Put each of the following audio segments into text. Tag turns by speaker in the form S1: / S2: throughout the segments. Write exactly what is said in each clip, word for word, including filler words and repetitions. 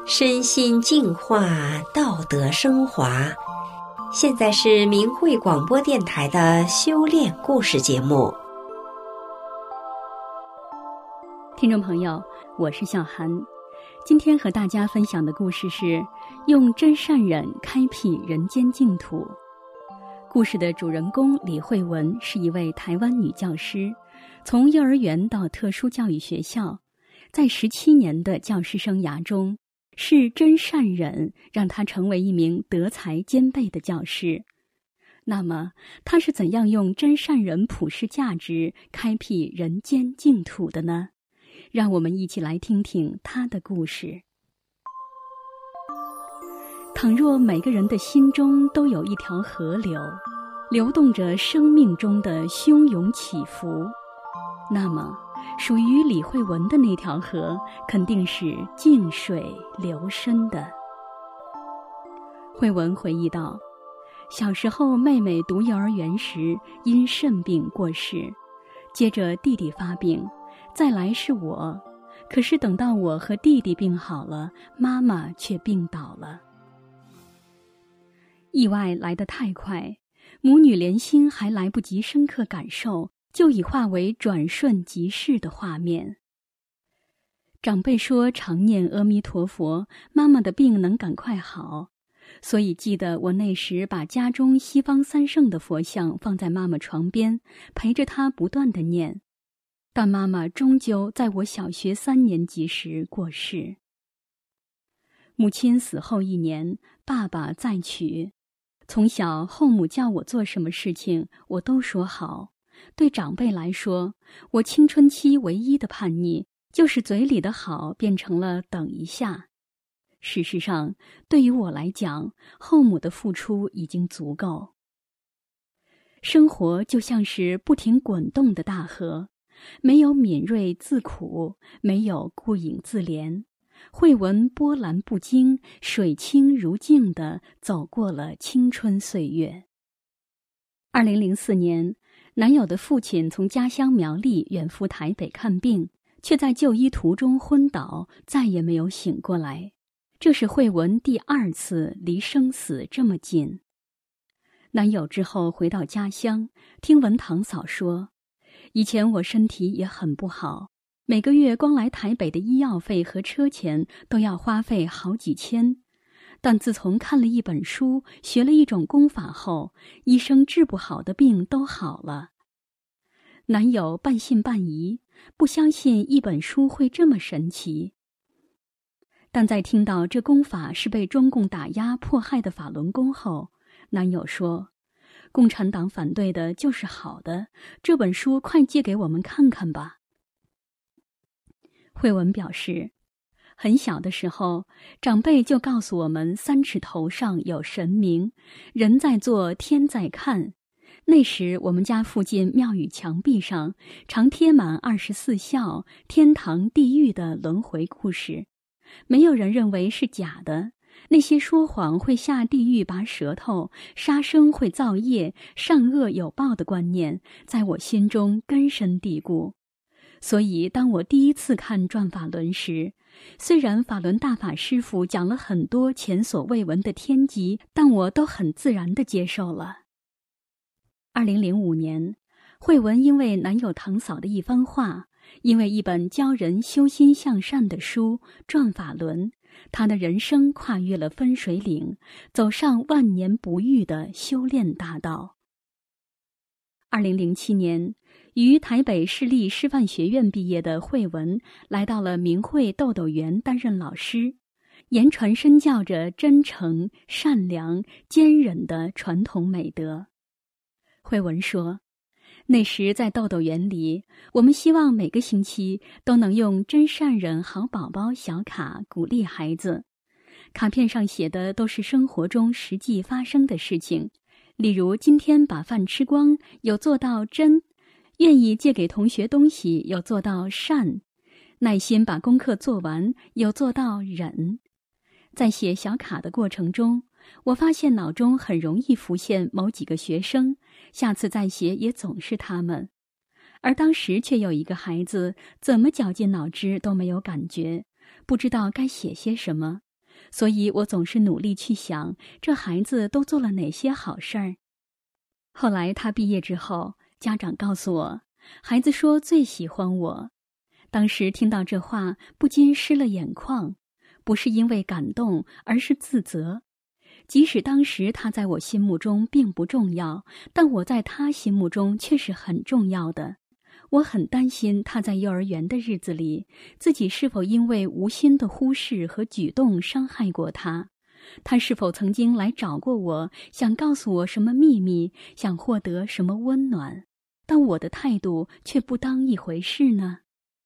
S1: 身心净化，道德升华。现在是明慧广播电台的修炼故事节目。
S2: 听众朋友，我是小涵，今天和大家分享的故事是用真善忍开辟人间净土。故事的主人公李慧文是一位台湾女教师，从幼儿园到特殊教育学校，在十七年的教师生涯中，是真善忍让她成为一名德才兼备的教师。那么她是怎样用真善忍普世价值开辟人间净土的呢？让我们一起来听听她的故事。倘若每个人的心中都有一条河流，流动着生命中的汹涌起伏，那么属于李慧文的那条河肯定是静水流深的。慧文回忆道，小时候妹妹读幼儿园时因肾病过世，接着弟弟发病，再来是我，可是等到我和弟弟病好了，妈妈却病倒了。意外来得太快，母女连心还来不及深刻感受，就已化为转瞬即逝的画面。长辈说常念阿弥陀佛，妈妈的病能赶快好，所以记得我那时把家中西方三圣的佛像放在妈妈床边，陪着她不断地念。但妈妈终究在我小学三年级时过世。母亲死后一年，爸爸再娶。从小后母叫我做什么事情，我都说好。对长辈来说，我青春期唯一的叛逆，就是嘴里的好变成了等一下。事实上，对于我来讲，后母的付出已经足够。生活就像是不停滚动的大河，没有敏锐自苦，没有顾影自怜。慧文波澜不惊，水清如镜地走过了青春岁月。二零零四年，男友的父亲从家乡苗栗远赴台北看病，却在就医途中昏倒，再也没有醒过来。这是慧文第二次离生死这么近。男友之后回到家乡，听闻堂嫂说，以前我身体也很不好，每个月光来台北的医药费和车钱都要花费好几千。但自从看了一本书，学了一种功法后，医生治不好的病都好了。男友半信半疑，不相信一本书会这么神奇。但在听到这功法是被中共打压迫害的法轮功后，男友说，共产党反对的就是好的，这本书快借给我们看看吧。慧文表示，很小的时候，长辈就告诉我们三尺头上有神明，人在做，天在看。那时我们家附近庙宇墙壁上常贴满二十四孝、天堂地狱的轮回故事，没有人认为是假的。那些说谎会下地狱拔舌头，杀生会造业，善恶有报的观念在我心中根深蒂固。所以当我第一次看转法轮时，虽然法轮大法师父讲了很多前所未闻的天机，但我都很自然地接受了。二零零五年，慧文因为男友堂嫂的一番话，因为一本教人修心向善的书《转法轮》，她的人生跨越了分水岭，走上万年不遇的修炼大道。二零零七年，于台北市立师范学院毕业的慧文来到了明慧豆豆园担任老师，言传身教着真诚、善良、坚忍的传统美德。慧文说，那时在豆豆园里，我们希望每个星期都能用真善忍好宝宝小卡鼓励孩子。卡片上写的都是生活中实际发生的事情，例如今天把饭吃光，有做到真；愿意借给同学东西，有做到善；耐心把功课做完，有做到忍。在写小卡的过程中，我发现脑中很容易浮现某几个学生，下次再写也总是他们。而当时却有一个孩子怎么绞尽脑汁都没有感觉，不知道该写些什么， 所以我总是努力去想，这孩子都做了哪些好事儿。后来他毕业之后，家长告诉我，孩子说最喜欢我。当时听到这话，不禁湿了眼眶，不是因为感动，而是自责。即使当时他在我心目中并不重要，但我在他心目中却是很重要的。我很担心他在幼儿园的日子里，自己是否因为无心的忽视和举动伤害过他。他是否曾经来找过我，想告诉我什么秘密，想获得什么温暖，但我的态度却不当一回事呢？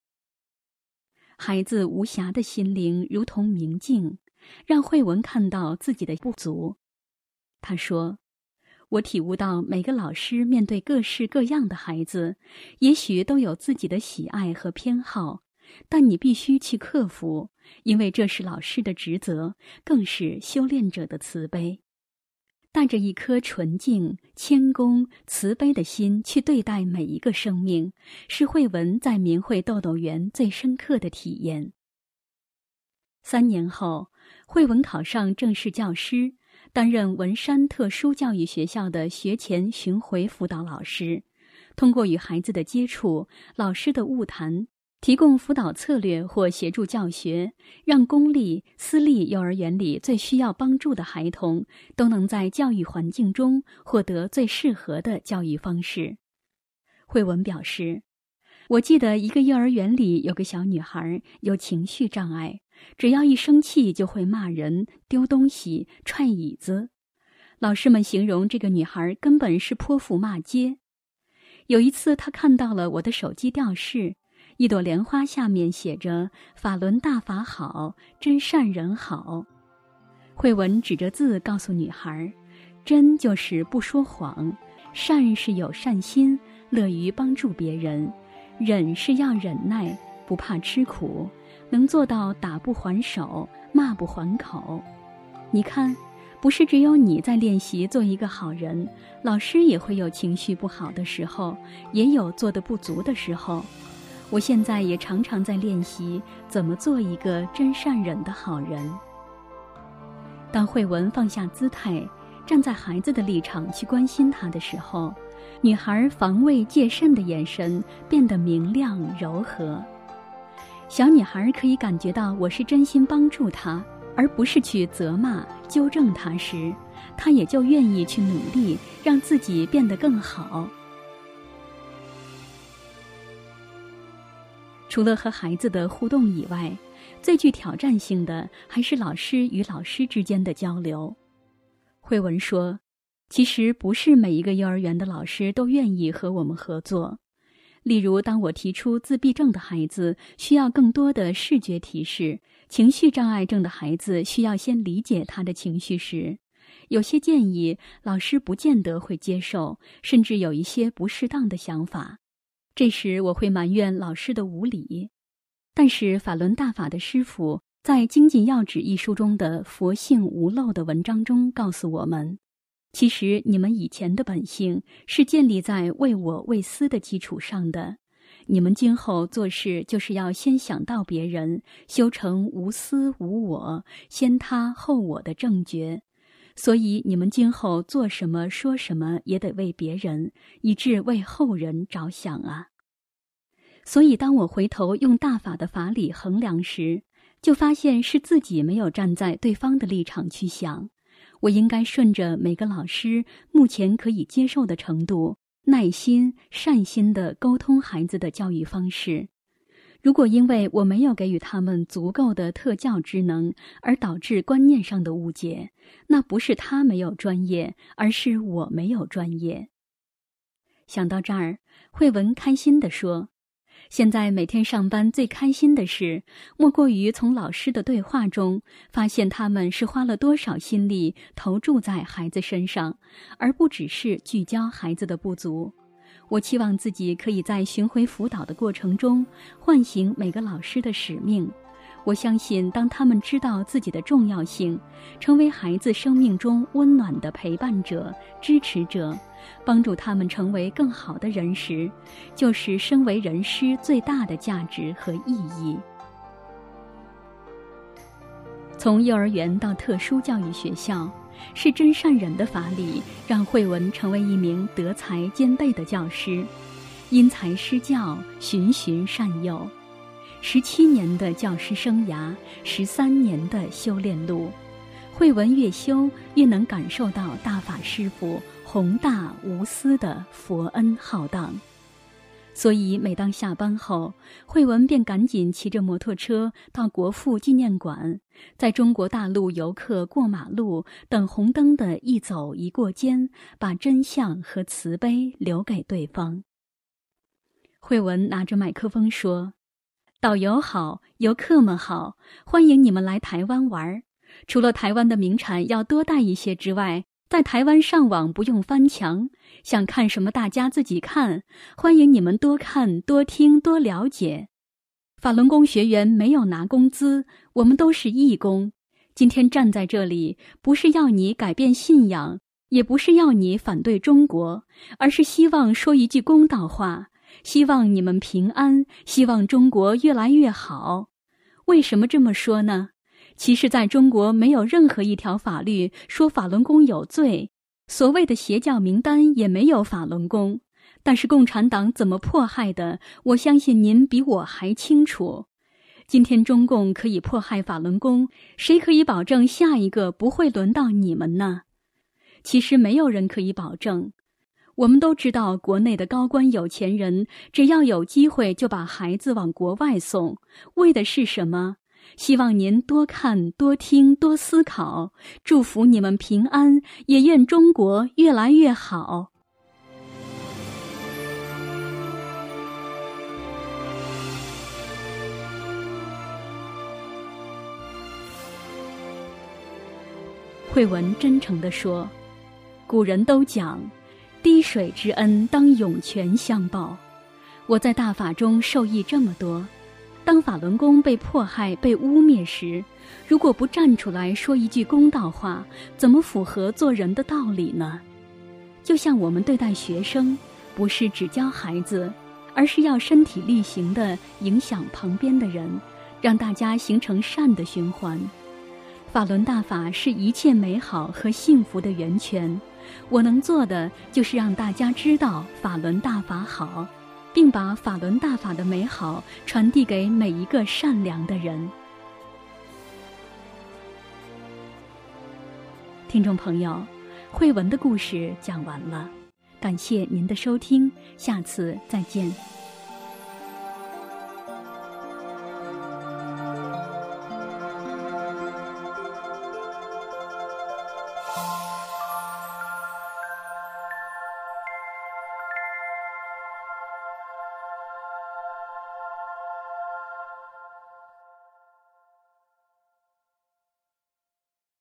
S2: 孩子无瑕的心灵如同明镜，让慧文看到自己的不足。他说，我体悟到每个老师面对各式各样的孩子，也许都有自己的喜爱和偏好，但你必须去克服，因为这是老师的职责，更是修炼者的慈悲。带着一颗纯净、谦恭、慈悲的心去对待每一个生命，是慧文在明慧豆豆园最深刻的体验。三年后，慧文考上正式教师，担任文山特殊教育学校的学前巡回辅导老师。通过与孩子的接触，老师的晤谈，提供辅导策略或协助教学，让公立、私立幼儿园里最需要帮助的孩童都能在教育环境中获得最适合的教育方式。慧文表示，我记得一个幼儿园里有个小女孩有情绪障碍，只要一生气就会骂人、丢东西、踹椅子。老师们形容这个女孩根本是泼妇骂街。有一次她看到了我的手机吊饰，一朵莲花下面写着法轮大法好，真善人好。慧文指着字告诉女孩，真就是不说谎，善是有善心，乐于帮助别人，忍是要忍耐，不怕吃苦，能做到打不还手，骂不还口。你看，不是只有你在练习做一个好人，老师也会有情绪不好的时候，也有做得不足的时候。我现在也常常在练习怎么做一个真善忍的好人。当慧文放下姿态，站在孩子的立场去关心他的时候，女孩防卫戒慎的眼神变得明亮柔和。小女孩可以感觉到我是真心帮助她，而不是去责骂纠正她时，她也就愿意去努力让自己变得更好。除了和孩子的互动以外，最具挑战性的还是老师与老师之间的交流。慧文说，其实不是每一个幼儿园的老师都愿意和我们合作。例如，当我提出自闭症的孩子需要更多的视觉提示，情绪障碍症的孩子需要先理解他的情绪时，有些建议老师不见得会接受，甚至有一些不适当的想法。这时我会埋怨老师的无理。但是法轮大法的师父在《精进要旨》一书中的佛性无漏的文章中告诉我们，其实你们以前的本性是建立在为我为私的基础上的，你们今后做事就是要先想到别人，修成无私无我，先他后我的正觉。所以你们今后做什么说什么也得为别人，以致为后人着想啊。所以当我回头用大法的法理衡量时，就发现是自己没有站在对方的立场去想，我应该顺着每个老师目前可以接受的程度，耐心善心地沟通孩子的教育方式。如果因为我没有给予他们足够的特教职能而导致观念上的误解，那不是他没有专业，而是我没有专业。想到这儿，慧文开心地说，现在每天上班最开心的事，莫过于从老师的对话中发现他们是花了多少心力投注在孩子身上，而不只是聚焦孩子的不足。我期望自己可以在巡回辅导的过程中唤醒每个老师的使命。我相信当他们知道自己的重要性，成为孩子生命中温暖的陪伴者、支持者，帮助他们成为更好的人时，就是身为人师最大的价值和意义。 从幼儿园到特殊教育学校，是真善忍的法理让慧文成为一名德才兼备的教师，因材施教，循循善诱。十七年的教师生涯，十三年的修炼路，慧文越修越能感受到大法师父宏大无私的佛恩浩荡。所以每当下班后，慧文便赶紧骑着摩托车到国父纪念馆，在中国大陆游客过马路等红灯的一走一过间，把真相和慈悲留给对方。慧文拿着麦克风说：导游好，游客们好，欢迎你们来台湾玩。除了台湾的名产要多带一些之外，在台湾上网不用翻墙，想看什么大家自己看，欢迎你们多看多听多了解。法轮功学员没有拿工资，我们都是义工。今天站在这里，不是要你改变信仰，也不是要你反对中国，而是希望说一句公道话，希望你们平安，希望中国越来越好。为什么这么说呢？其实在中国没有任何一条法律说法轮功有罪，所谓的邪教名单也没有法轮功，但是共产党怎么迫害的，我相信您比我还清楚。今天中共可以迫害法轮功，谁可以保证下一个不会轮到你们呢？其实没有人可以保证。我们都知道国内的高官有钱人，只要有机会就把孩子往国外送，为的是什么？希望您多看多听多思考，祝福你们平安，也愿中国越来越好。慧文真诚地说，古人都讲滴水之恩当涌泉相报，我在大法中受益这么多，当法轮功被迫害被污蔑时，如果不站出来说一句公道话，怎么符合做人的道理呢？就像我们对待学生，不是只教孩子，而是要身体力行地影响旁边的人，让大家形成善的循环。法轮大法是一切美好和幸福的源泉，我能做的就是让大家知道法轮大法好，并把法轮大法的美好传递给每一个善良的人。听众朋友，慧文的故事讲完了，感谢您的收听，下次再见。